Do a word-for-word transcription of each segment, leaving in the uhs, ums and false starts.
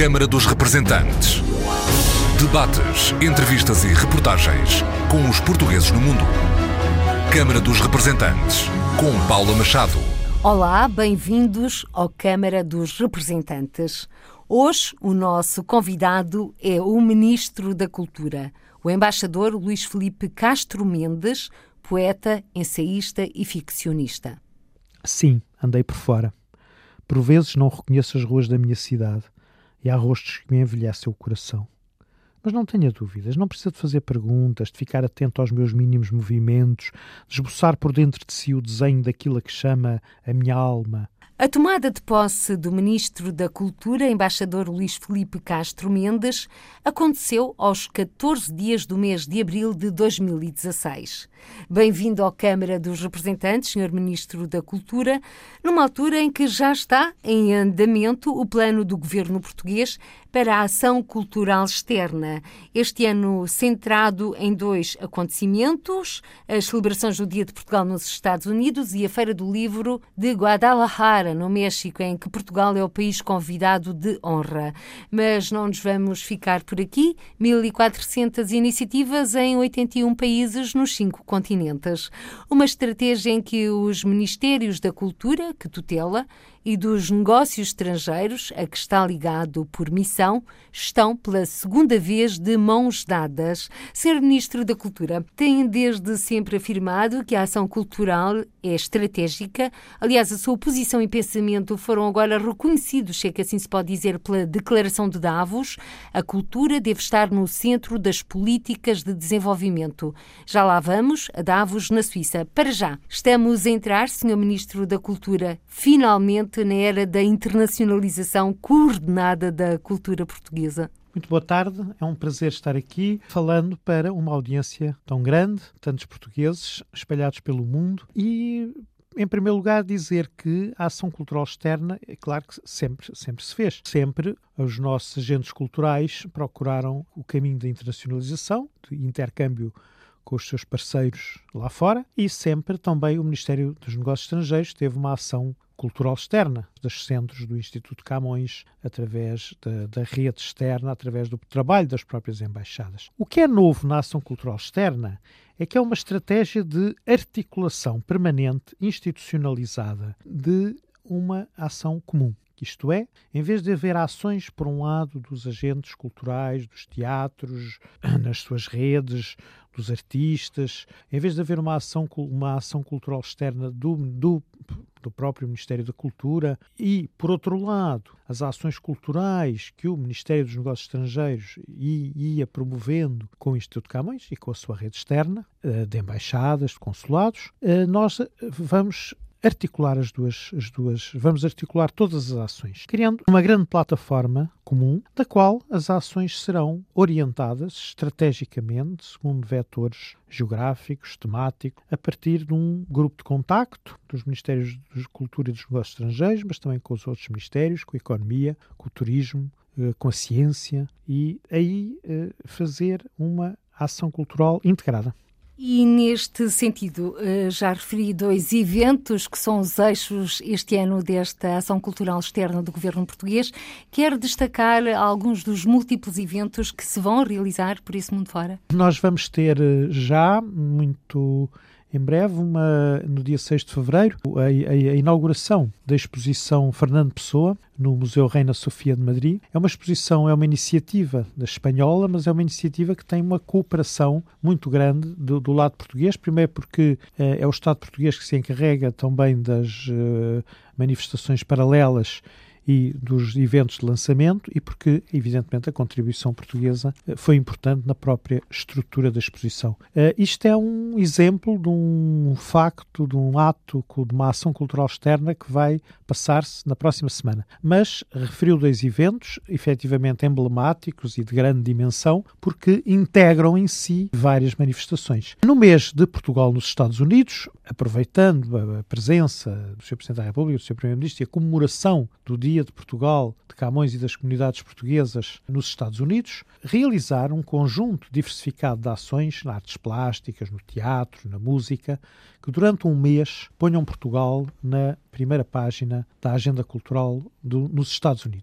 Câmara dos Representantes. Debates, entrevistas e reportagens com os portugueses no mundo. Câmara dos Representantes, com Paula Machado. Olá, bem-vindos ao Câmara dos Representantes. Hoje o nosso convidado é o Ministro da Cultura, o embaixador Luís Filipe Castro Mendes, poeta, ensaísta e ficcionista. Sim, andei por fora. Por vezes não reconheço as ruas da minha cidade e há rostos que me envelhecem o coração. Mas não tenha dúvidas, não precisa de fazer perguntas, de ficar atento aos meus mínimos movimentos, de esboçar por dentro de si o desenho daquilo a que chama a minha alma. A tomada de posse do Ministro da Cultura, embaixador Luís Filipe Castro Mendes, aconteceu aos catorze dias do mês de abril de dois mil e dezasseis. Bem-vindo à Câmara dos Representantes, senhor Ministro da Cultura, numa altura em que já está em andamento o plano do governo português para a ação cultural externa. Este ano centrado em dois acontecimentos, as celebrações do Dia de Portugal nos Estados Unidos e a Feira do Livro de Guadalajara, no México, em que Portugal é o país convidado de honra. Mas não nos vamos ficar por aqui. mil e quatrocentas iniciativas em oitenta e um países nos cinco continentes. Uma estratégia em que os Ministérios da Cultura, que tutela, e dos negócios estrangeiros, a que está ligado por missão, estão pela segunda vez de mãos dadas. senhor Ministro da Cultura, tem desde sempre afirmado que a ação cultural é estratégica. Aliás, a sua posição e pensamento foram agora reconhecidos, se é que assim se pode dizer, pela Declaração de Davos. A cultura deve estar no centro das políticas de desenvolvimento. Já lá vamos, a Davos, na Suíça. Para já, estamos a entrar, senhor Ministro da Cultura, finalmente na era da internacionalização coordenada da cultura portuguesa. Muito boa tarde, é um prazer estar aqui falando para uma audiência tão grande, tantos portugueses espalhados pelo mundo e, em primeiro lugar, dizer que a ação cultural externa, é claro que sempre, sempre se fez. Sempre os nossos agentes culturais procuraram o caminho da internacionalização, de intercâmbio com os seus parceiros lá fora, e sempre também o Ministério dos Negócios Estrangeiros teve uma ação cultural externa, dos centros do Instituto Camões, através da, da rede externa, através do trabalho das próprias embaixadas. O que é novo na ação cultural externa é que é uma estratégia de articulação permanente, institucionalizada, de uma ação comum. Isto é, em vez de haver ações, por um lado, dos agentes culturais, dos teatros, nas suas redes, dos artistas, em vez de haver uma ação, uma ação cultural externa do, do, do próprio Ministério da Cultura e, por outro lado, as ações culturais que o Ministério dos Negócios Estrangeiros ia promovendo com o Instituto Camões e com a sua rede externa, de embaixadas, de consulados, nós vamos articular as duas, as duas, vamos articular todas as ações, criando uma grande plataforma comum, da qual as ações serão orientadas estrategicamente, segundo vetores geográficos, temáticos, a partir de um grupo de contacto dos Ministérios de Cultura e dos Negócios Estrangeiros, mas também com os outros ministérios, com a economia, com o turismo, com a ciência, e aí fazer uma ação cultural integrada. E neste sentido, já referi dois eventos que são os eixos este ano desta ação cultural externa do governo português. Quero destacar alguns dos múltiplos eventos que se vão realizar por esse mundo fora. Nós vamos ter já, muito em breve, uma, no dia seis de fevereiro, a, a, a inauguração da exposição Fernando Pessoa, no Museu Reina Sofia de Madrid. É uma exposição, é uma iniciativa da espanhola, mas é uma iniciativa que tem uma cooperação muito grande do, do lado português. Primeiro porque eh, é o Estado português que se encarrega também das eh, manifestações paralelas e dos eventos de lançamento, e porque, evidentemente, a contribuição portuguesa foi importante na própria estrutura da exposição. Uh, isto é um exemplo de um facto, de um ato, de uma ação cultural externa que vai passar-se na próxima semana. Mas referiu dois eventos, efetivamente emblemáticos e de grande dimensão, porque integram em si várias manifestações. No mês de Portugal nos Estados Unidos, aproveitando a presença do senhor Presidente da República, do senhor Primeiro-Ministro, e a comemoração do Dia de Portugal, de Camões e das comunidades portuguesas nos Estados Unidos, realizar um conjunto diversificado de ações nas artes plásticas, no teatro, na música, que durante um mês ponham Portugal na primeira página da agenda cultural do, nos Estados Unidos.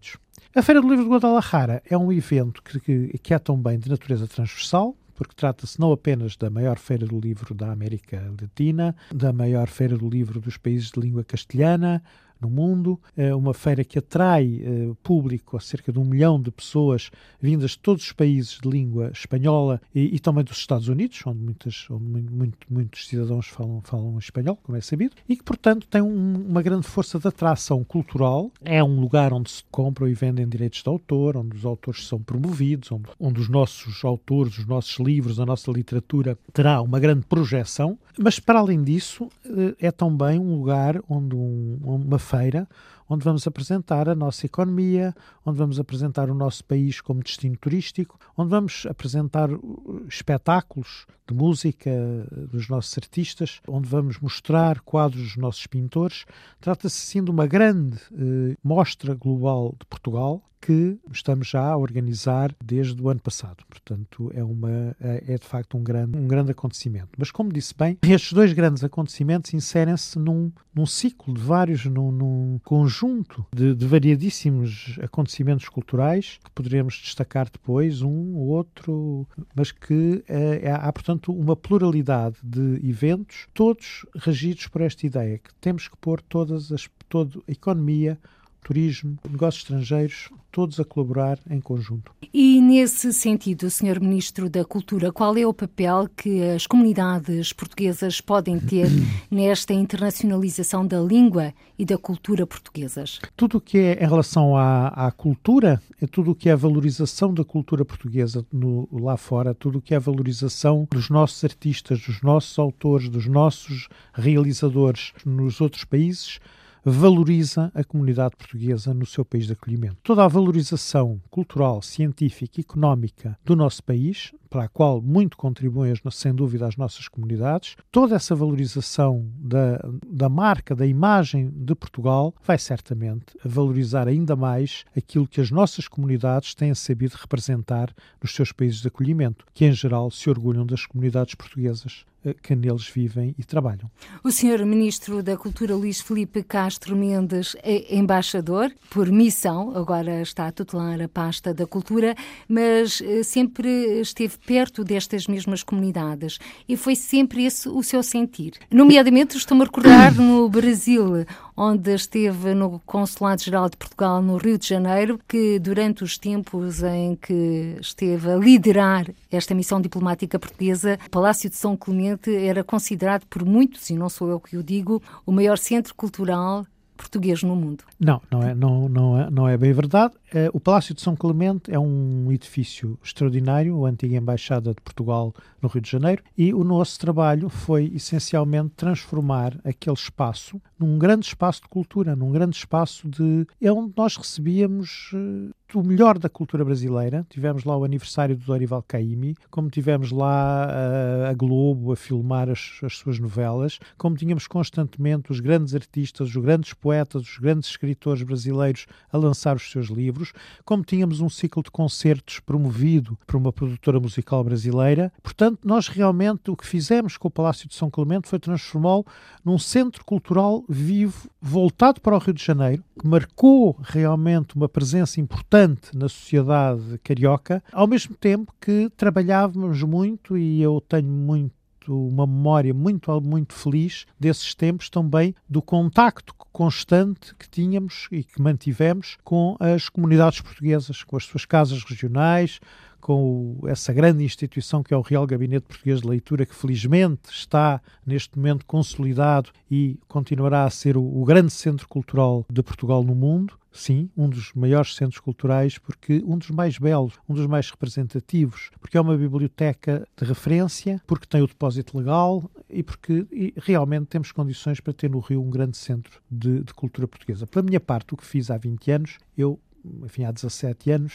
A Feira do Livro de Guadalajara é um evento que, que, que é também de natureza transversal, porque trata-se não apenas da maior feira do livro da América Latina, da maior feira do livro dos países de língua castelhana no mundo, é uma feira que atrai eh, público a cerca de um milhão de pessoas vindas de todos os países de língua espanhola e, e também dos Estados Unidos, onde, muitas, onde muito, muitos cidadãos falam, falam espanhol, como é sabido, e que, portanto, tem um, uma grande força de atração cultural. É um lugar onde se compram e vendem direitos de autor, onde os autores são promovidos, onde, onde os nossos autores, os nossos livros, a nossa literatura terá uma grande projeção, mas, para além disso, é também um lugar onde um, uma feira onde vamos apresentar a nossa economia, onde vamos apresentar o nosso país como destino turístico, onde vamos apresentar espetáculos de música dos nossos artistas, onde vamos mostrar quadros dos nossos pintores. Trata-se, sim, de uma grande eh, mostra global de Portugal que estamos já a organizar desde o ano passado. Portanto, é, uma, é de facto um grande, um grande acontecimento. Mas, como disse bem, estes dois grandes acontecimentos inserem-se num, num ciclo de vários, num, num conjunto de, de variadíssimos acontecimentos culturais que poderemos destacar depois, um ou outro, mas que é, há, portanto, uma pluralidade de eventos, todos regidos por esta ideia, que temos que pôr todas as, toda a economia, turismo, negócios estrangeiros, todos a colaborar em conjunto. E nesse sentido, senhor Ministro da Cultura, qual é o papel que as comunidades portuguesas podem ter nesta internacionalização da língua e da cultura portuguesas? Tudo o que é em relação à, à cultura, é tudo o que é a valorização da cultura portuguesa no, lá fora, tudo o que é a valorização dos nossos artistas, dos nossos autores, dos nossos realizadores nos outros países, valoriza a comunidade portuguesa no seu país de acolhimento. Toda a valorização cultural, científica e económica do nosso país, para a qual muito contribuem, sem dúvida, as nossas comunidades, toda essa valorização da, da marca, da imagem de Portugal, vai certamente valorizar ainda mais aquilo que as nossas comunidades têm sabido representar nos seus países de acolhimento, que em geral se orgulham das comunidades portuguesas que neles vivem e trabalham. O senhor Ministro da Cultura, Luís Filipe Castro Mendes, é embaixador por missão, agora está a tutelar a pasta da cultura, mas sempre esteve perto destas mesmas comunidades e foi sempre esse o seu sentir. Nomeadamente, estou-me a recordar no Brasil, onde esteve no Consulado-Geral de Portugal no Rio de Janeiro, que durante os tempos em que esteve a liderar esta missão diplomática portuguesa, o Palácio de São Clemente era considerado por muitos, e não sou eu que o digo, o maior centro cultural português no mundo. Não, não é, não, não é, não é bem verdade. O Palácio de São Clemente é um edifício extraordinário, a antiga Embaixada de Portugal no Rio de Janeiro, e o nosso trabalho foi essencialmente transformar aquele espaço num grande espaço de cultura, num grande espaço de... é onde nós recebíamos o melhor da cultura brasileira. Tivemos lá o aniversário do Dorival Caymmi, como tivemos lá a, a Globo a filmar as, as suas novelas, como tínhamos constantemente os grandes artistas, os grandes poetas, os grandes escritores brasileiros a lançar os seus livros, como tínhamos um ciclo de concertos promovido por uma produtora musical brasileira. Portanto, nós realmente o que fizemos com o Palácio de São Clemente foi transformá-lo num centro cultural vivo, voltado para o Rio de Janeiro, que marcou realmente uma presença importante na sociedade carioca, ao mesmo tempo que trabalhávamos muito, e eu tenho muito uma memória muito, muito feliz desses tempos também, do contacto constante que tínhamos e que mantivemos com as comunidades portuguesas, com as suas casas regionais, com essa grande instituição que é o Real Gabinete Português de Leitura, que felizmente está neste momento consolidado e continuará a ser o, o grande centro cultural de Portugal no mundo. Sim, um dos maiores centros culturais, porque um dos mais belos, um dos mais representativos, porque é uma biblioteca de referência, porque tem o depósito legal e porque e realmente temos condições para ter no Rio um grande centro de, de cultura portuguesa. Pela minha parte, o que fiz há vinte anos, eu, enfim, há dezassete anos,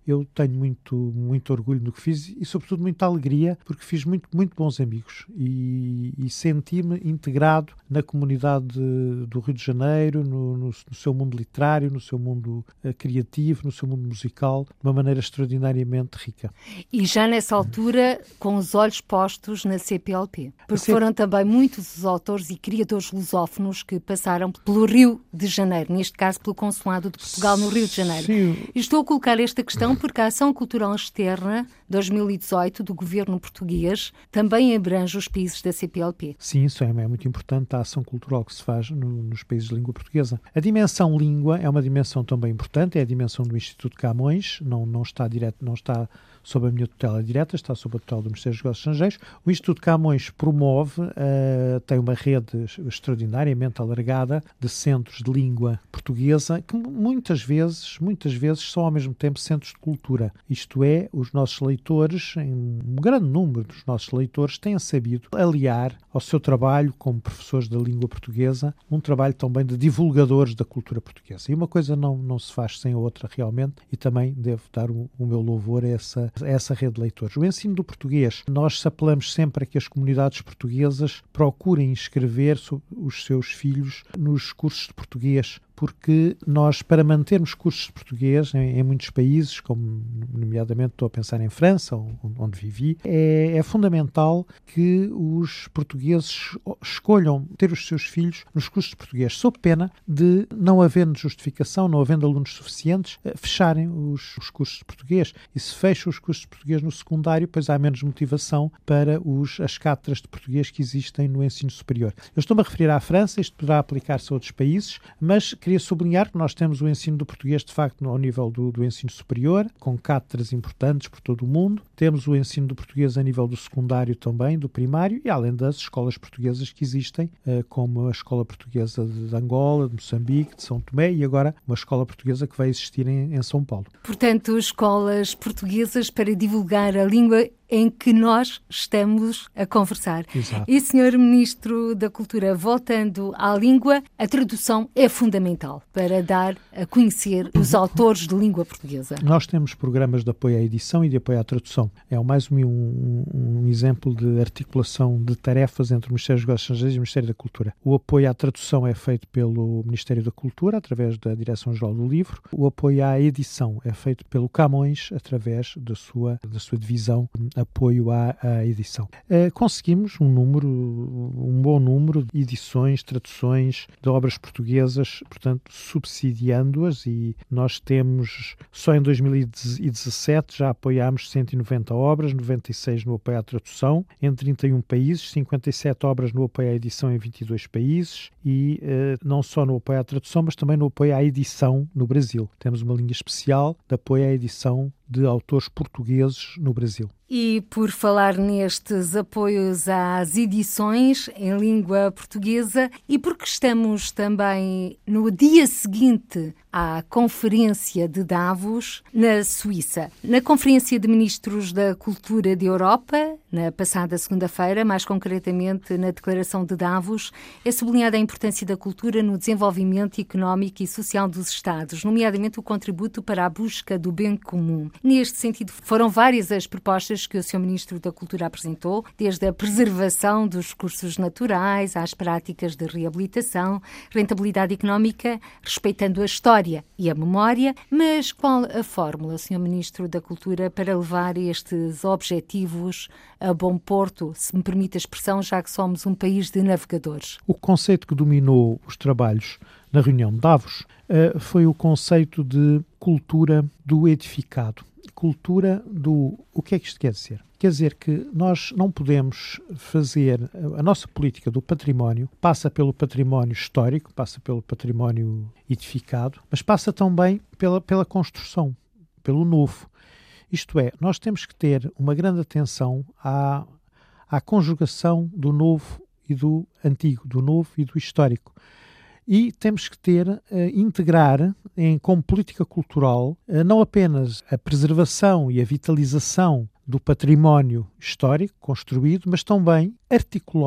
eu tenho muito, muito orgulho no que fiz e, sobretudo, muita alegria, porque fiz muito, muito bons amigos e, e senti-me integrado na comunidade de, do Rio de Janeiro, no, no, no seu mundo literário, no seu mundo uh, criativo, no seu mundo musical, de uma maneira extraordinariamente rica. E já nessa altura, com os olhos postos na C P L P, porque C... foram também muitos os autores e criadores lusófonos que passaram pelo Rio de Janeiro, neste caso pelo Consulado de Portugal no Rio de Janeiro. Sim. E estou a colocar esta questão porque a Ação Cultural Externa dois mil e dezoito do governo português também abrange os países da C P L P. Sim, isso é, é muito importante, a ação cultural que se faz no, nos países de língua portuguesa. A dimensão língua é uma dimensão também importante, é a dimensão do Instituto Camões, não, não está direto, não está sob a minha tutela direta, está sob a tutela do Ministério dos Negócios Estrangeiros. O Instituto Camões promove, uh, tem uma rede extraordinariamente alargada de centros de língua portuguesa que muitas vezes, muitas vezes são ao mesmo tempo centros de cultura. Isto é, os nossos leitores, em um grande número dos nossos leitores, têm sabido aliar ao seu trabalho como professores da língua portuguesa um trabalho também de divulgadores da cultura portuguesa. E uma coisa não, não se faz sem a outra realmente, e também devo dar o, o meu louvor a essa a essa rede de leitores. O ensino do português, nós apelamos sempre a que as comunidades portuguesas procurem inscrever os seus filhos nos cursos de português, porque nós, para mantermos cursos de português em, em muitos países, como nomeadamente estou a pensar em França, onde vivi, é, é fundamental que os portugueses escolham ter os seus filhos nos cursos de português, sob pena de, não havendo justificação, não havendo alunos suficientes, fecharem os, os cursos de português. E se fecham os cursos de português no secundário, pois há menos motivação para os, as cátedras de português que existem no ensino superior. Eu estou-me a referir à França, isto poderá aplicar-se a outros países, mas queria sublinhar que nós temos o ensino do português, de facto, ao nível do, do ensino superior, com cátedras importantes por todo o mundo. Temos o ensino do português a nível do secundário também, do primário, e além das escolas portuguesas que existem, como a Escola Portuguesa de Angola, de Moçambique, de São Tomé, e agora uma escola portuguesa que vai existir em, em São Paulo. Portanto, escolas portuguesas para divulgar a língua em que nós estamos a conversar. Exato. E, senhor Ministro da Cultura, voltando à língua, a tradução é fundamental para dar a conhecer os autores de língua portuguesa. Nós temos programas de apoio à edição e de apoio à tradução. É mais um, um, um exemplo de articulação de tarefas entre o Ministério dos Negócios Estrangeiros e o Ministério da Cultura. O apoio à tradução é feito pelo Ministério da Cultura, através da Direção-Geral do Livro. O apoio à edição é feito pelo Camões, através da sua, da sua divisão apoio à, à edição. Uh, conseguimos um número, um bom número de edições, traduções de obras portuguesas, portanto, subsidiando-as, e nós temos, só em dois mil e dezassete, já apoiámos cento e noventa obras, noventa e seis no apoio à tradução, em trinta e um países, cinquenta e sete obras no apoio à edição em vinte e dois países, e uh, não só no apoio à tradução, mas também no apoio à edição no Brasil. Temos uma linha especial de apoio à edição de autores portugueses no Brasil. E por falar nestes apoios às edições em língua portuguesa, e porque estamos também no dia seguinte à Conferência de Davos, na Suíça. Na Conferência de Ministros da Cultura da Europa, na passada segunda-feira, mais concretamente na Declaração de Davos, é sublinhada a importância da cultura no desenvolvimento económico e social dos Estados, nomeadamente o contributo para a busca do bem comum. Neste sentido, foram várias as propostas que o senhor Ministro da Cultura apresentou, desde a preservação dos recursos naturais às práticas de reabilitação, rentabilidade económica, respeitando a história e a memória. Mas qual a fórmula, senhor Ministro da Cultura, para levar estes objetivos a bom porto, se me permite a expressão, já que somos um país de navegadores? O conceito que dominou os trabalhos na reunião de Davos uh, foi o conceito de cultura do edificado. Cultura do... O que é que isto quer dizer? Quer dizer que nós não podemos fazer... A nossa política do património passa pelo património histórico, passa pelo património edificado, mas passa também pela, pela construção, pelo novo. Isto é, nós temos que ter uma grande atenção à, à conjugação do novo e do antigo, do novo e do histórico. E temos que ter, uh, integrar em, como política cultural, uh, não apenas a preservação e a vitalização do património histórico construído, mas também articulá-la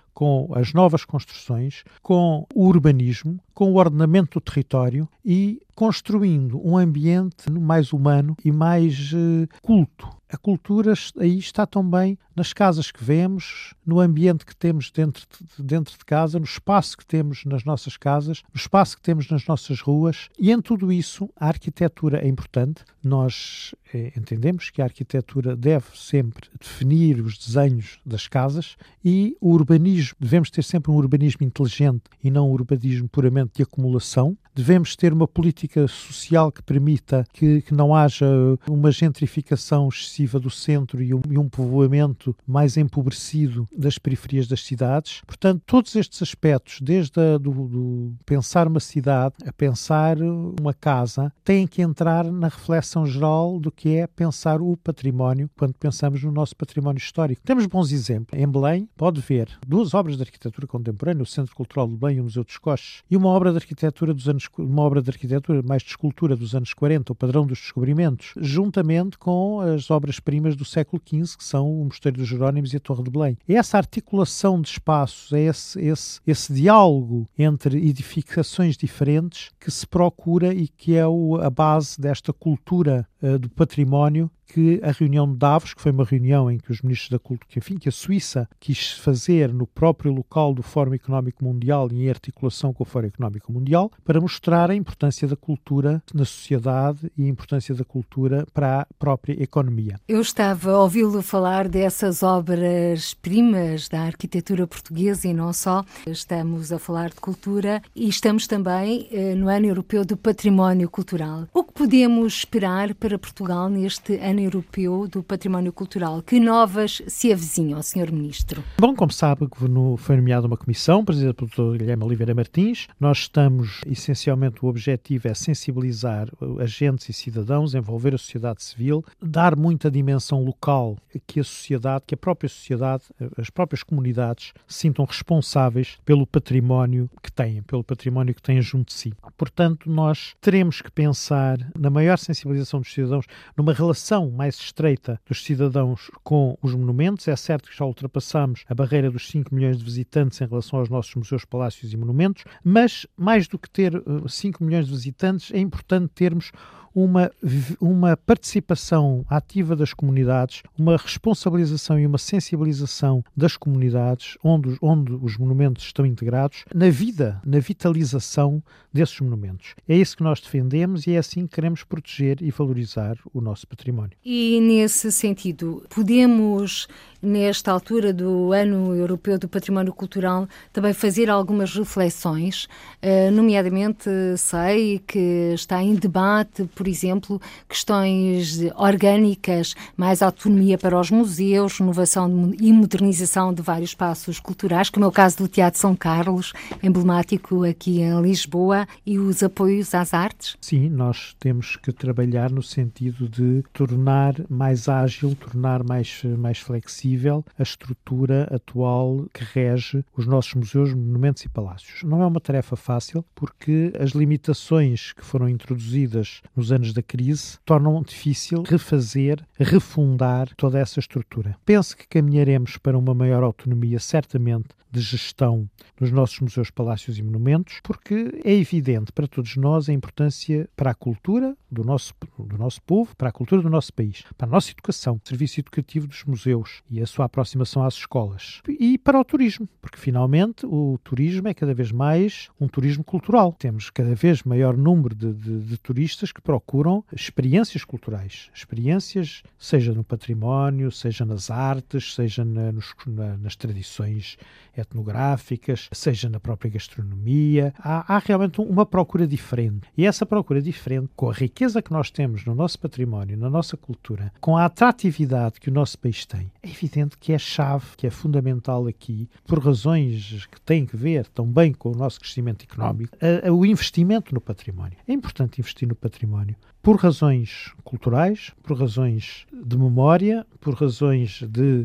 com as novas construções, com o urbanismo, com o ordenamento do território e construindo um ambiente mais humano e mais uh, culto. A cultura aí está também nas casas que vemos, no ambiente que temos dentro de, dentro de casa, no espaço que temos nas nossas casas, no espaço que temos nas nossas ruas. E em tudo isso, a arquitetura é importante. Nós eh, entendemos que a arquitetura deve sempre definir os desenhos das casas e o urbanismo, devemos ter sempre um urbanismo inteligente e não um urbanismo puramente de acumulação. Devemos ter uma política social que permita que, que não haja uma gentrificação excessiva do centro e um, e um povoamento mais empobrecido das periferias das cidades. Portanto, todos estes aspectos, desde a, do, do pensar uma cidade a pensar uma casa, têm que entrar na reflexão geral do que é pensar o património quando pensamos no nosso património histórico. Temos bons exemplos. Em Belém, pode ver duas obras de arquitetura contemporânea, o Centro Cultural de Belém e o Museu dos Coches, e uma obra de arquitetura dos anos uma obra de arquitetura mais de escultura dos anos quarenta, o Padrão dos Descobrimentos, juntamente com as obras-primas do século quinze, que são o Mosteiro dos Jerónimos e a Torre de Belém. É essa articulação de espaços, é esse, esse, esse diálogo entre edificações diferentes que se procura e que é o, a base desta cultura uh, do património que a reunião de Davos, que foi uma reunião em que os ministros da cultura, que, enfim, que a Suíça quis fazer no próprio local do Fórum Económico Mundial e em articulação com o Fórum Económico Mundial, para mostrar a importância da cultura na sociedade e a importância da cultura para a própria economia. Eu estava a ouvi-lo falar dessas obras-primas da arquitetura portuguesa e não só. Estamos a falar de cultura e estamos também eh, no Ano Europeu do Património Cultural. O que podemos esperar para Portugal neste ano Europeu do Património Cultural? Que novas se avizinham, senhor Ministro? Bom, como sabe, foi nomeada uma comissão, presidida pelo doutor Guilherme Oliveira Martins. Nós estamos, essencialmente, o objetivo é sensibilizar agentes e cidadãos, envolver a sociedade civil, dar muita dimensão local, que a sociedade, que a própria sociedade, as próprias comunidades se sintam responsáveis pelo património que têm, pelo património que têm junto de si. Portanto, nós teremos que pensar na maior sensibilização dos cidadãos, numa relação mais estreita dos cidadãos com os monumentos. É certo que já ultrapassamos a barreira dos cinco milhões de visitantes em relação aos nossos museus, palácios e monumentos, mas mais do que ter cinco milhões de visitantes, é importante termos uma, uma participação ativa das comunidades, uma responsabilização e uma sensibilização das comunidades onde, onde os monumentos estão integrados na vida, na vitalização desses monumentos. É isso que nós defendemos e é assim que queremos proteger e valorizar o nosso património. E nesse sentido, podemos, nesta altura do Ano Europeu do Património Cultural, também fazer algumas reflexões, nomeadamente sei que está em debate, por exemplo, questões orgânicas, mais autonomia para os museus, inovação e modernização de vários espaços culturais, como é o caso do Teatro São Carlos, emblemático aqui em Lisboa, e os apoios às artes? Sim, nós temos que trabalhar no sentido de tornar mais ágil, tornar mais, mais flexível a estrutura atual que rege os nossos museus, monumentos e palácios. Não é uma tarefa fácil, porque as limitações que foram introduzidas nos anos da crise tornam difícil refazer, refundar toda essa estrutura. Penso que caminharemos para uma maior autonomia, certamente, de gestão nos nossos museus, palácios e monumentos, porque é evidente para todos nós a importância para a cultura do nosso, do nosso povo, para a cultura do nosso país, para a nossa educação, o serviço educativo dos museus e a sua aproximação às escolas, e para o turismo, porque finalmente o turismo é cada vez mais um turismo cultural. Temos cada vez maior número de, de, de turistas que procuram experiências culturais, experiências seja no património, seja nas artes, seja na, nos, na, nas tradições etnográficas, seja na própria gastronomia. Há, há realmente uma procura diferente. E essa procura diferente, com a riqueza que nós temos no nosso património, na nossa cultura, com a atratividade que o nosso país tem, é evidente que é chave, que é fundamental aqui, por razões que têm que ver também com o nosso crescimento económico, a, a, o investimento no património. É importante investir no património por razões culturais, por razões de memória, por razões de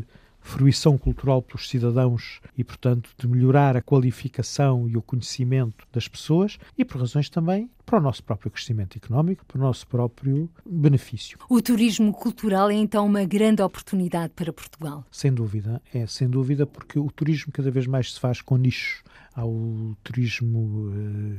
fruição cultural pelos cidadãos e, portanto, de melhorar a qualificação e o conhecimento das pessoas e por razões também para o nosso próprio crescimento económico, para o nosso próprio benefício. O turismo cultural é então uma grande oportunidade para Portugal? Sem dúvida, é sem dúvida, porque o turismo cada vez mais se faz com nichos. Há o turismo,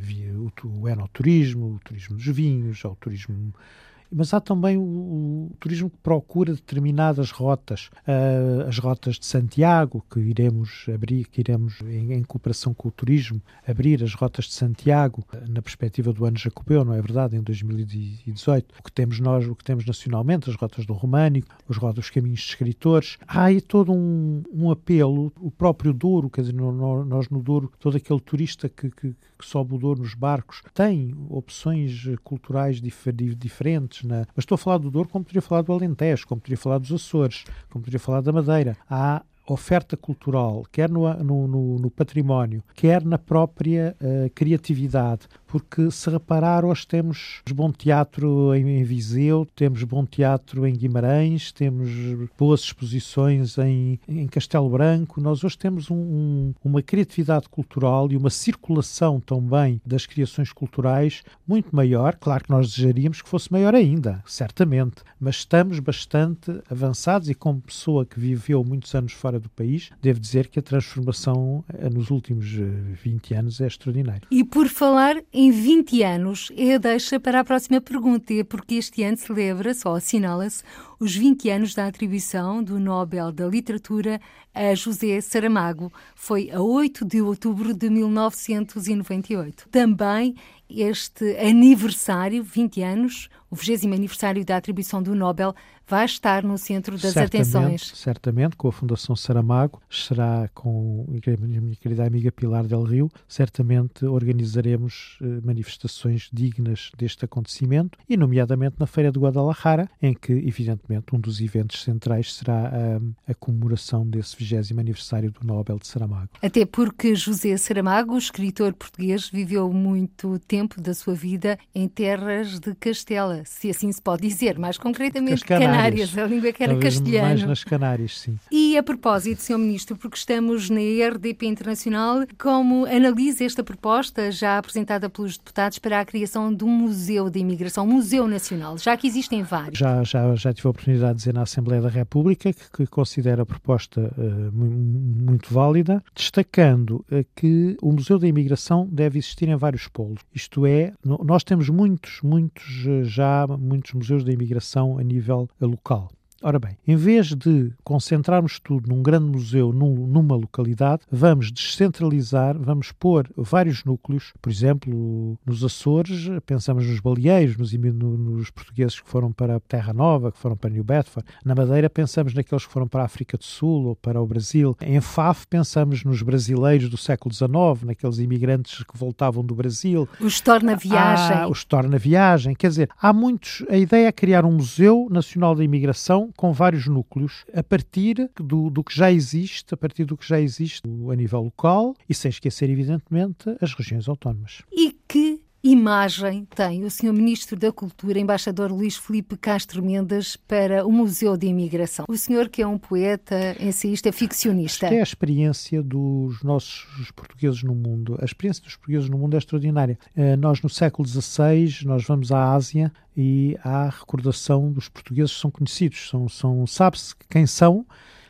uh, o enoturismo, o turismo dos vinhos, há o turismo... Mas há também o, o turismo que procura determinadas rotas, uh, as rotas de Santiago, que iremos abrir, que iremos, em, em cooperação com o turismo, abrir as rotas de Santiago, uh, na perspectiva do ano jacobeu, não é verdade, em dois mil e dezoito. O que temos nós, o que temos nacionalmente, as rotas do Românico, os, rotas, os caminhos de escritores. Há aí todo um, um apelo, o próprio Douro, quer dizer, no, nós no Douro, todo aquele turista que, que, que sobe o Douro nos barcos, tem opções culturais dif- diferentes. Na... Mas estou a falar do Douro como poderia falar do Alentejo, como poderia falar dos Açores, como poderia falar da Madeira. Há oferta cultural, quer no, no, no, no património, quer na própria uh, criatividade, porque se reparar, hoje temos bom teatro em, em Viseu, temos bom teatro em Guimarães, temos boas exposições em, em Castelo Branco. Nós hoje temos um, um, uma criatividade cultural e uma circulação também das criações culturais muito maior. Claro que nós desejaríamos que fosse maior ainda, certamente, mas estamos bastante avançados e como pessoa que viveu muitos anos fora do país, devo dizer que a transformação nos últimos vinte anos é extraordinária. E por falar em vinte anos, é a deixa para a próxima pergunta, porque este ano celebra-se ou assinala-se os vinte anos da atribuição do Nobel da Literatura a José Saramago. Foi a oito de outubro de mil novecentos e noventa e oito. Também este aniversário, vinte anos, o vigésimo aniversário da atribuição do Nobel, vai estar no centro das certamente, atenções. Certamente, com a Fundação Saramago, será com a minha querida amiga Pilar del Rio, certamente organizaremos eh, manifestações dignas deste acontecimento, e nomeadamente na Feira de Guadalajara, em que, evidentemente, um dos eventos centrais será a, a comemoração desse vigésimo aniversário do Nobel de Saramago. Até porque José Saramago, o escritor português, viveu muito tempo da sua vida em terras de Castela, se assim se pode dizer, mais concretamente Canárias. Canárias, a língua que era Talvez castelhano. Mais nas Canárias, sim. E a propósito, senhor Ministro, porque estamos na R D P Internacional, como analisa esta proposta já apresentada pelos deputados para a criação de um museu de imigração, um museu nacional, já que existem vários? Já, já, já tive a oportunidade de dizer na Assembleia da República que, que considero a proposta uh, muito válida, destacando uh, que o Museu da Imigração deve existir em vários polos. Isto é, no, nós temos muitos, muitos, já muitos museus da imigração a nível local. Ora bem, em vez de concentrarmos tudo num grande museu, num, numa localidade, vamos descentralizar, vamos pôr vários núcleos. Por exemplo, nos Açores, pensamos nos baleeiros, nos, nos portugueses que foram para Terra Nova, que foram para New Bedford. Na Madeira, pensamos naqueles que foram para a África do Sul ou para o Brasil. Em Faf, pensamos nos brasileiros do século dezenove, naqueles imigrantes que voltavam do Brasil. Os torna-viagem. Ah, os torna-viagem. Quer dizer, há muitos... A ideia é criar um Museu Nacional da Imigração com vários núcleos, a partir do, do que já existe, a partir do que já existe a nível local e sem esquecer, evidentemente, as regiões autónomas. E que imagem tem o senhor Ministro da Cultura, embaixador Luís Filipe Castro Mendes, para o Museu de Imigração? O senhor que é um poeta, ensaísta, ficcionista. Acho que é a experiência dos nossos portugueses no mundo. A experiência dos portugueses no mundo é extraordinária. Uh, nós, no século dezasseis, nós vamos à Ásia e há recordação dos portugueses que são conhecidos. São, são, sabe-se quem são.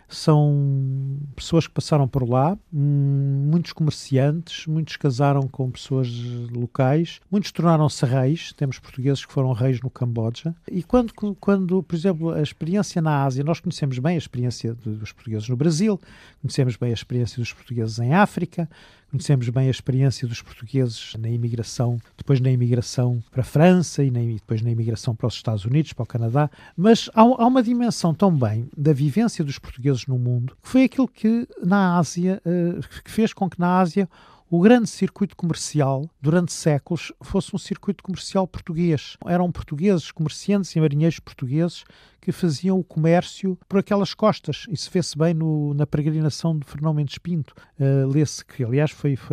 São pessoas que passaram por lá, muitos comerciantes, muitos casaram com pessoas locais, muitos tornaram-se reis, temos portugueses que foram reis no Camboja, e quando, quando, por exemplo, a experiência na Ásia, nós conhecemos bem a experiência dos portugueses no Brasil, conhecemos bem a experiência dos portugueses em África, conhecemos bem a experiência dos portugueses na imigração, depois na imigração para a França e, na, e depois na imigração para os Estados Unidos, para o Canadá, mas há, há uma dimensão também da vivência dos portugueses no mundo, que foi aquilo que na Ásia, uh, que fez com que na Ásia o grande circuito comercial, durante séculos, fosse um circuito comercial português. Eram portugueses, comerciantes e marinheiros portugueses que faziam o comércio por aquelas costas. Isso vê-se bem no, na peregrinação de Fernão Mendes Pinto. Uh, lê-se que, aliás, foi, foi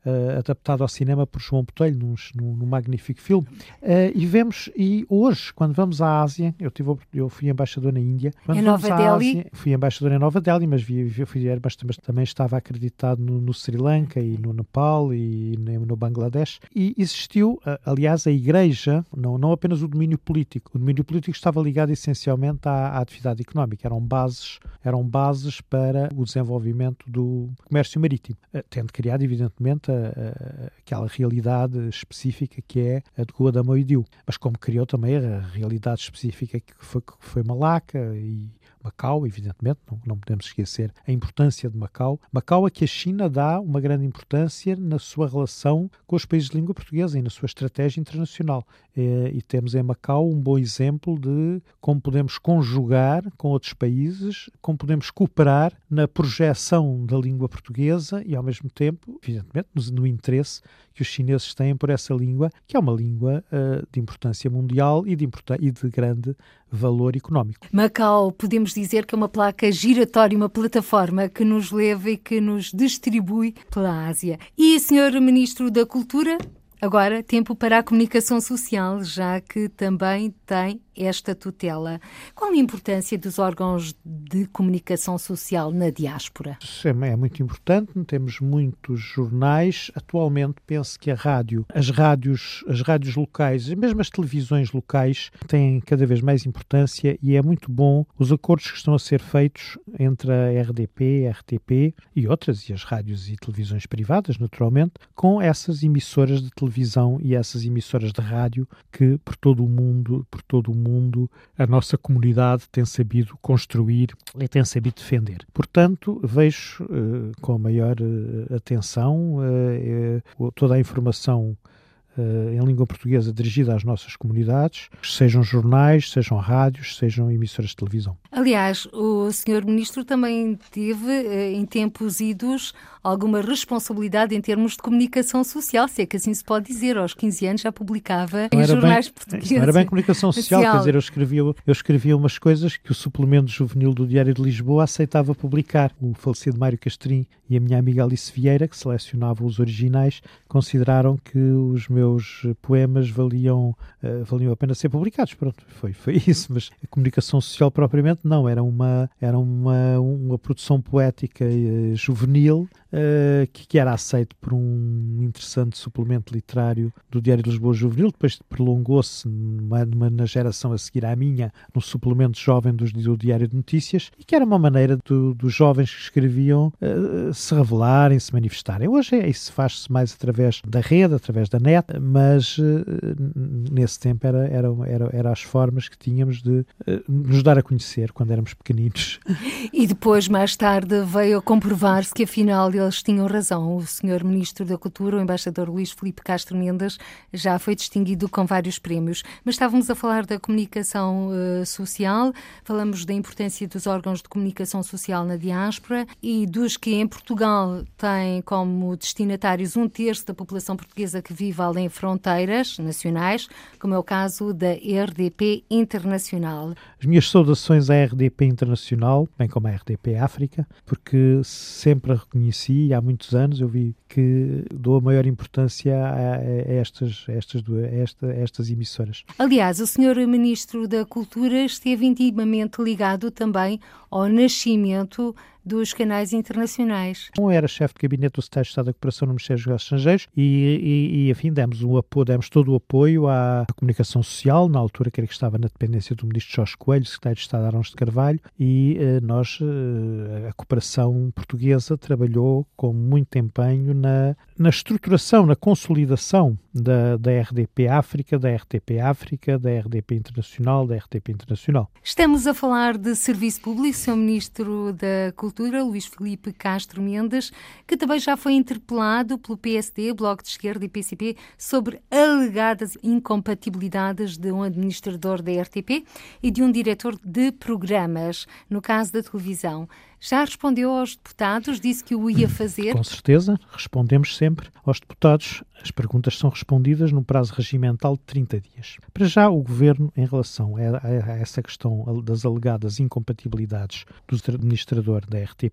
uh, adaptado ao cinema por João Botelho, num, num, num magnífico filme. Uh, e vemos, e hoje, quando vamos à Ásia, eu, tive, eu fui embaixador na Índia. Quando em Nova Delhi? Ásia, fui embaixador em Nova Delhi, mas, vi, vi, fui, mas, mas também estava acreditado no, no Sri Lanka e no Nepal e no, no Bangladesh. E existiu, aliás, a Igreja, não, não apenas o domínio político. O domínio político estava ligado essencialmente à, à atividade económica. Eram bases, eram bases para o desenvolvimento do comércio marítimo, tendo criado, evidentemente, a, a, aquela realidade específica que é a de Goa da Moidiu, mas como criou também a realidade específica que foi, que foi Malaca e Macau, evidentemente, não, não podemos esquecer a importância de Macau. Macau a que a China dá uma grande importância na sua relação com os países de língua portuguesa e na sua estratégia internacional. E, e temos em Macau um bom exemplo de como podemos conjugar com outros países, como podemos cooperar na projeção da língua portuguesa e, ao mesmo tempo, evidentemente, no, no interesse que os chineses têm por essa língua, que é uma língua uh, de importância mundial e de, e de grande valor económico. Macau, podemos dizer que é uma placa giratória, uma plataforma que nos leva e que nos distribui pela Ásia. E, senhor Ministro da Cultura, agora tempo para a comunicação social, já que também tem esta tutela. Qual a importância dos órgãos de comunicação social na diáspora? É muito importante, temos muitos jornais. Atualmente penso que a rádio, as rádios, as rádios locais e mesmo as televisões locais têm cada vez mais importância e é muito bom os acordos que estão a ser feitos entre a R D P, a R T P e outras, e as rádios e televisões privadas, naturalmente, com essas emissoras de televisão e essas emissoras de rádio que por todo o mundo, por todo o mundo mundo, a nossa comunidade tem sabido construir e tem sabido defender. Portanto, vejo uh, com a maior uh, atenção uh, uh, toda a informação uh, em língua portuguesa dirigida às nossas comunidades, sejam jornais, sejam rádios, sejam emissoras de televisão. Aliás, o senhor Ministro também teve, em tempos idos, alguma responsabilidade em termos de comunicação social, se é que assim se pode dizer. Aos quinze anos já publicava em jornais bem, portugueses. Não era bem comunicação social, social. Quer dizer, eu escrevia, eu escrevia umas coisas que o suplemento juvenil do Diário de Lisboa aceitava publicar. O falecido Mário Castrim e a minha amiga Alice Vieira, que selecionavam os originais, consideraram que os meus poemas valiam, uh, valiam a pena ser publicados. Pronto, foi, foi isso, mas a comunicação social propriamente não, era uma, era uma, uma produção poética uh, juvenil uh, que, que era aceito por um interessante suplemento literário do Diário de Lisboa Juvenil, depois prolongou-se numa, numa, na geração a seguir à minha, no suplemento jovem do, do Diário de Notícias, e que era uma maneira do, dos jovens que escreviam uh, se revelarem, se manifestarem. Hoje é, isso faz-se mais através da rede, através da net, mas uh, nesse tempo era, era, era, era as formas que tínhamos de uh, nos dar a conhecer quando éramos pequeninos. E depois, mais tarde, veio a comprovar-se que afinal eles tinham razão. O senhor Ministro da Cultura, o embaixador Luís Filipe Castro Mendes, já foi distinguido com vários prémios. Mas estávamos a falar da comunicação uh, social, falamos da importância dos órgãos de comunicação social na diáspora e dos que em Portugal têm como destinatários um terço da população portuguesa que vive além fronteiras nacionais, como é o caso da R D P Internacional. As minhas saudações à R D P Internacional, bem como à R D P África, porque sempre a reconheci, há muitos anos eu vi que dou a maior importância a, a, estas, a, estas, a, esta, a estas emissoras. Aliás, o senhor Ministro da Cultura esteve intimamente ligado também ao nascimento dos canais internacionais. Eu era chefe de gabinete do Secretário de Estado da Cooperação no Ministério dos Negócios Estrangeiros e, e, e enfim, demos, um apoio, demos todo o apoio à comunicação social, na altura que estava na dependência do Ministro Jorge Coelho, Secretário de Estado Arões de Carvalho, e eh, nós, eh, a cooperação portuguesa, trabalhou com muito empenho na, na estruturação, na consolidação da, da R D P África, da R T P África, da R D P Internacional, da R T P Internacional. Estamos a falar de serviço público, senhor Ministro da Cultura, Luís Filipe Castro Mendes, que também já foi interpelado pelo P S D, Bloco de Esquerda e P C P sobre alegadas incompatibilidades de um administrador da R T P e de um diretor de programas, no caso da televisão. Já respondeu aos deputados? Disse que o ia fazer? Com certeza, respondemos sempre aos deputados. As perguntas são respondidas num prazo regimental de trinta dias. Para já, o Governo, em relação a essa questão das alegadas incompatibilidades do administrador da R T P,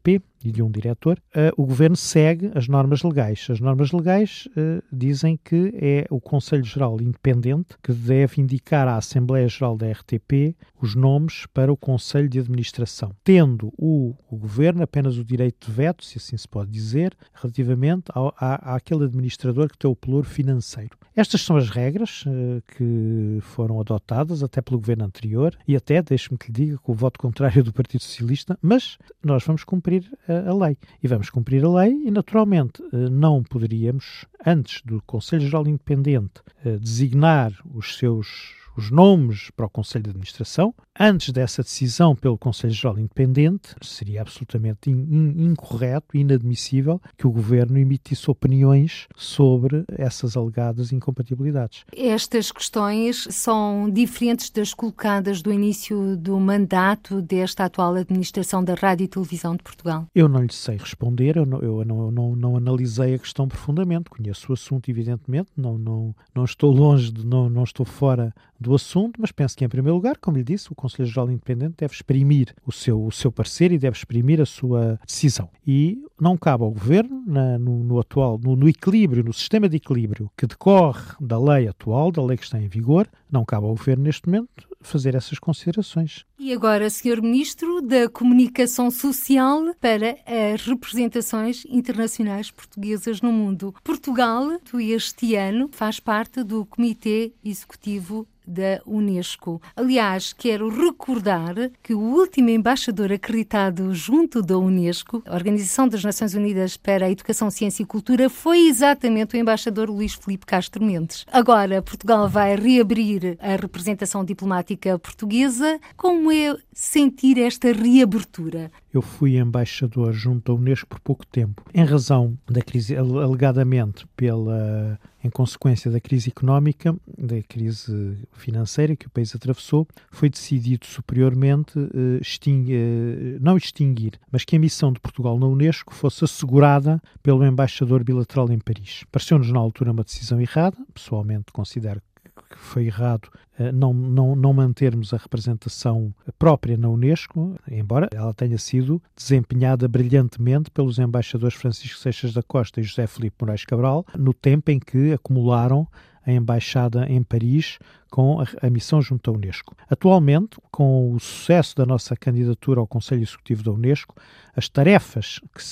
e de um diretor, uh, o Governo segue as normas legais. As normas legais uh, dizem que é o Conselho Geral Independente que deve indicar à Assembleia Geral da R T P os nomes para o Conselho de Administração, tendo o, o Governo apenas o direito de veto, se assim se pode dizer, relativamente ao, à, àquele administrador que tem o pelouro financeiro. Estas são as regras uh, que foram adotadas até pelo Governo anterior e até, deixe-me que lhe diga, com o voto contrário do Partido Socialista, mas nós vamos cumprir a, a lei. E vamos cumprir a lei e, naturalmente, uh, não poderíamos, antes do Conselho Geral Independente, uh, designar os seus os nomes para o Conselho de Administração. Antes dessa decisão pelo Conselho Geral Independente, seria absolutamente in, in, incorreto e inadmissível que o Governo emitisse opiniões sobre essas alegadas incompatibilidades. Estas questões são diferentes das colocadas do início do mandato desta atual administração da Rádio e Televisão de Portugal? Eu não lhe sei responder, eu não, eu não, não, não analisei a questão profundamente, conheço o assunto evidentemente, não, não, não estou longe, de, não, não estou fora do assunto, mas penso que, em primeiro lugar, como lhe disse, o Conselho Geral Independente deve exprimir o seu, o seu parecer e deve exprimir a sua decisão. E não cabe ao Governo, na, no, no atual, no, no equilíbrio, no sistema de equilíbrio que decorre da lei atual, da lei que está em vigor, não cabe ao Governo, neste momento, fazer essas considerações. E agora, senhor Ministro da Comunicação Social, para as representações internacionais portuguesas no mundo. Portugal, este ano, faz parte do Comitê Executivo da Unesco. Aliás, quero recordar que o último embaixador acreditado junto da Unesco, a Organização das Nações Unidas para a Educação, Ciência e Cultura, foi exatamente o embaixador Luís Filipe Castro Mendes. Agora, Portugal vai reabrir a representação diplomática portuguesa. Como é sentir esta reabertura? Eu fui embaixador junto à Unesco por pouco tempo, em razão da crise, alegadamente pela, em consequência da crise económica, da crise financeira que o país atravessou, foi decidido superiormente eh, extinguir, eh, não extinguir, mas que a missão de Portugal na Unesco fosse assegurada pelo embaixador bilateral em Paris. Pareceu-nos na altura uma decisão errada, pessoalmente considero que foi errado uh, não, não, não mantermos a representação própria na Unesco, embora ela tenha sido desempenhada brilhantemente pelos embaixadores Francisco Seixas da Costa e José Filipe Moraes Cabral, no tempo em que acumularam a embaixada em Paris com a, a missão junto à Unesco. Atualmente, com o sucesso da nossa candidatura ao Conselho Executivo da Unesco, as tarefas que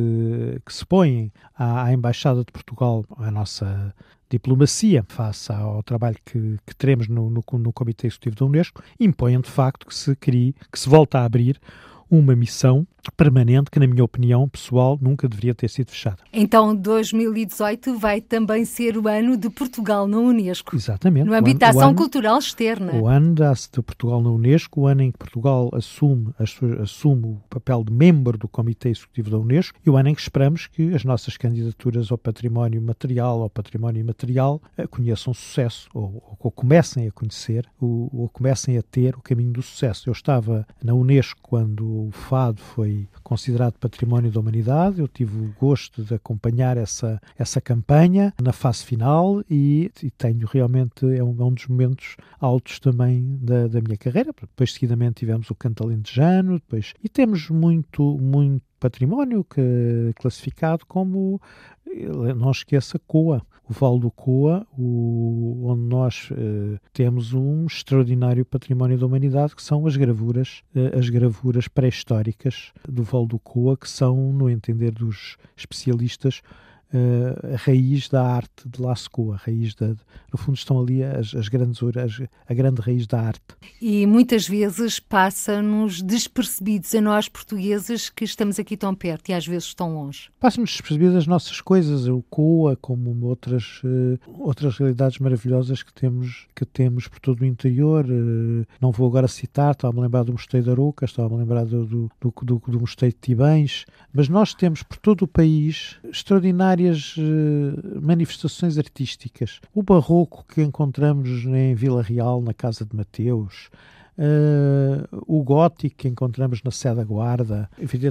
se, que se põem à, à Embaixada de Portugal, à nossa diplomacia, face ao trabalho que, que teremos no, no, no Comitê Executivo da Unesco, impõem de facto que se crie, que se volte a abrir uma missão permanente que, na minha opinião pessoal, nunca deveria ter sido fechada. Então, dois mil e dezoito vai também ser o ano de Portugal na Unesco. Exatamente. No âmbito da ação cultural externa. O ano de Portugal na Unesco, o ano em que Portugal assume, assume o papel de membro do Comitê Executivo da Unesco e o ano em que esperamos que as nossas candidaturas ao património material, ao património imaterial, conheçam sucesso, ou, ou comecem a conhecer, ou, ou comecem a ter o caminho do sucesso. Eu estava na Unesco quando o fado foi considerado Património da Humanidade. Eu tive o gosto de acompanhar essa, essa campanha na fase final e, e tenho realmente, é um, é um dos momentos altos também da, da minha carreira. Depois, seguidamente, tivemos o Canto Alentejano, depois, e temos muito, muito património que, classificado como, não esqueça, Coa. O Vale do Coa, o, onde nós eh, temos um extraordinário património da humanidade, que são as gravuras, eh, as gravuras pré-históricas do Vale do Coa, que são, no entender dos especialistas, Uh, a raiz da arte de Lascaux, a raiz da, no fundo estão ali as, as grandes, as, a grande raiz da arte. E muitas vezes passa-nos despercebidos a nós portugueses que estamos aqui tão perto e às vezes tão longe. Passa-nos despercebidas as nossas coisas, o Coa, como outras, uh, outras realidades maravilhosas que temos, que temos por todo o interior. Uh, não vou agora citar, estava-me a lembrar do Mosteiro de Arouca, estava-me a lembrar do, do, do, do, do Mosteiro de Tibães, mas nós temos por todo o país extraordinárias manifestações artísticas. O barroco que encontramos em Vila Real, na Casa de Mateus, uh, o gótico que encontramos na Sé da Guarda, evidentemente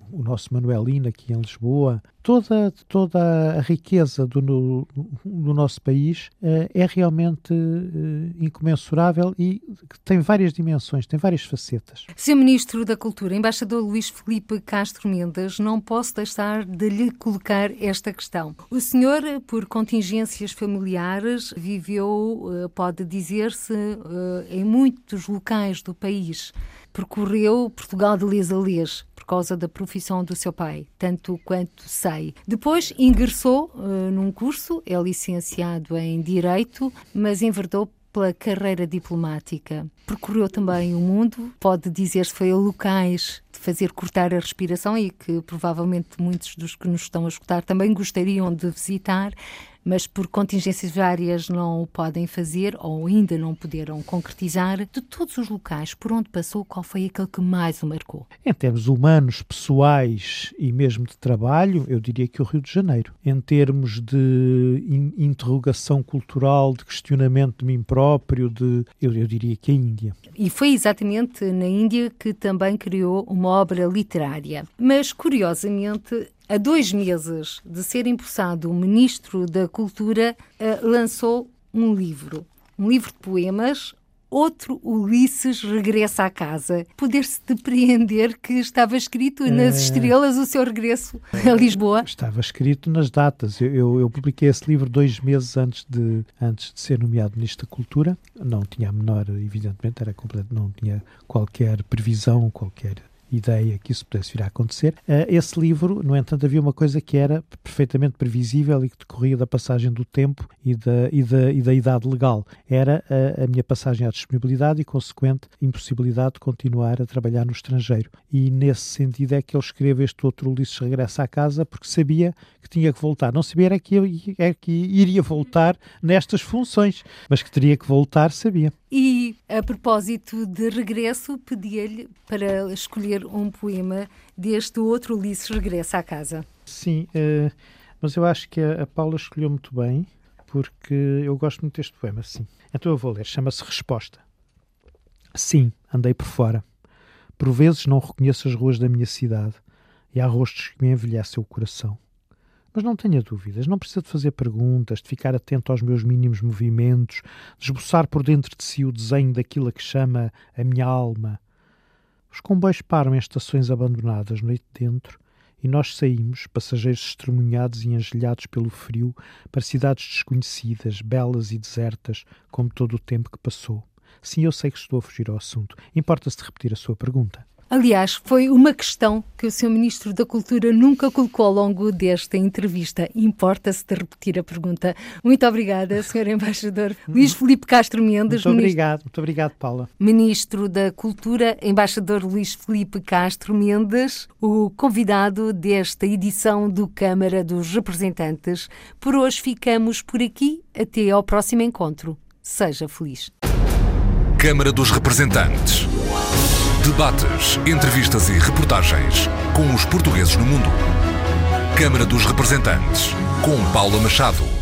o nosso Manuelino aqui em Lisboa, toda, toda a riqueza do, no, do nosso país uh, é realmente uh, incomensurável e tem várias dimensões, tem várias facetas. senhor Ministro da Cultura, embaixador Luís Filipe Castro Mendes, não posso deixar de lhe colocar esta questão. O senhor, por contingências familiares, viveu, pode dizer-se, em muitos locais do país. Percorreu Portugal de les a les, por causa da profissão do seu pai, tanto quanto sei. Depois ingressou uh, num curso, é licenciado em Direito, mas enverdou pela carreira diplomática. Percorreu também o mundo, pode dizer-se foi a locais de fazer cortar a respiração e que provavelmente muitos dos que nos estão a escutar também gostariam de visitar, mas por contingências várias não o podem fazer ou ainda não puderam concretizar. De todos os locais por onde passou, qual foi aquele que mais o marcou? Em termos humanos, pessoais e mesmo de trabalho, eu diria que o Rio de Janeiro. Em termos de in- interrogação cultural, de questionamento de mim próprio, de, eu, eu diria que a Índia. E foi exatamente na Índia que também criou uma obra literária. Mas, curiosamente, a dois meses de ser empossado o Ministro da Cultura, uh, lançou um livro. Um livro de poemas, outro Ulisses Regressa à Casa. Poder-se depreender que estava escrito nas é... estrelas o seu regresso é... a Lisboa? Estava escrito nas datas. Eu, eu, eu publiquei esse livro dois meses antes de, antes de ser nomeado Ministro da Cultura. Não tinha a menor, evidentemente, era completo, não tinha qualquer previsão, qualquer ideia que isso pudesse vir a acontecer. Uh, esse livro, no entanto, havia uma coisa que era perfeitamente previsível e que decorria da passagem do tempo e da, e da, e da idade legal. Era a, a minha passagem à disponibilidade e consequente impossibilidade de continuar a trabalhar no estrangeiro. E nesse sentido é que ele escreve este outro Ulisses Regressa à Casa, porque sabia que tinha que voltar. Não sabia era que, eu, era que iria voltar nestas funções, mas que teria que voltar, sabia. E, a propósito de regresso, pedia-lhe para escolher um poema deste outro Ulisses Regressa à Casa. Sim, uh, mas eu acho que a, a Paula escolheu muito bem, porque eu gosto muito deste poema, sim. Então eu vou ler, chama-se Resposta. Sim, andei por fora. Por vezes não reconheço as ruas da minha cidade e há rostos que me envelhecem o coração. Mas não tenha dúvidas, não precisa de fazer perguntas, de ficar atento aos meus mínimos movimentos, de esboçar por dentro de si o desenho daquilo a que chama a minha alma. Os comboios param em estações abandonadas noite dentro e nós saímos, passageiros estremunhados e engelhados pelo frio, para cidades desconhecidas, belas e desertas, como todo o tempo que passou. Sim, eu sei que estou a fugir ao assunto. Importa-se de repetir a sua pergunta? Aliás, foi uma questão que o senhor Ministro da Cultura nunca colocou ao longo desta entrevista. Importa-se de repetir a pergunta. Muito obrigada, senhor Embaixador Luís Filipe Castro Mendes. Muito obrigado, ministro... muito obrigado, Paula. Ministro da Cultura, Embaixador Luís Filipe Castro Mendes, o convidado desta edição do Câmara dos Representantes. Por hoje ficamos por aqui. Até ao próximo encontro. Seja feliz. Câmara dos Representantes. Debates, entrevistas e reportagens com os portugueses no mundo. Câmara dos Representantes, com Paula Machado.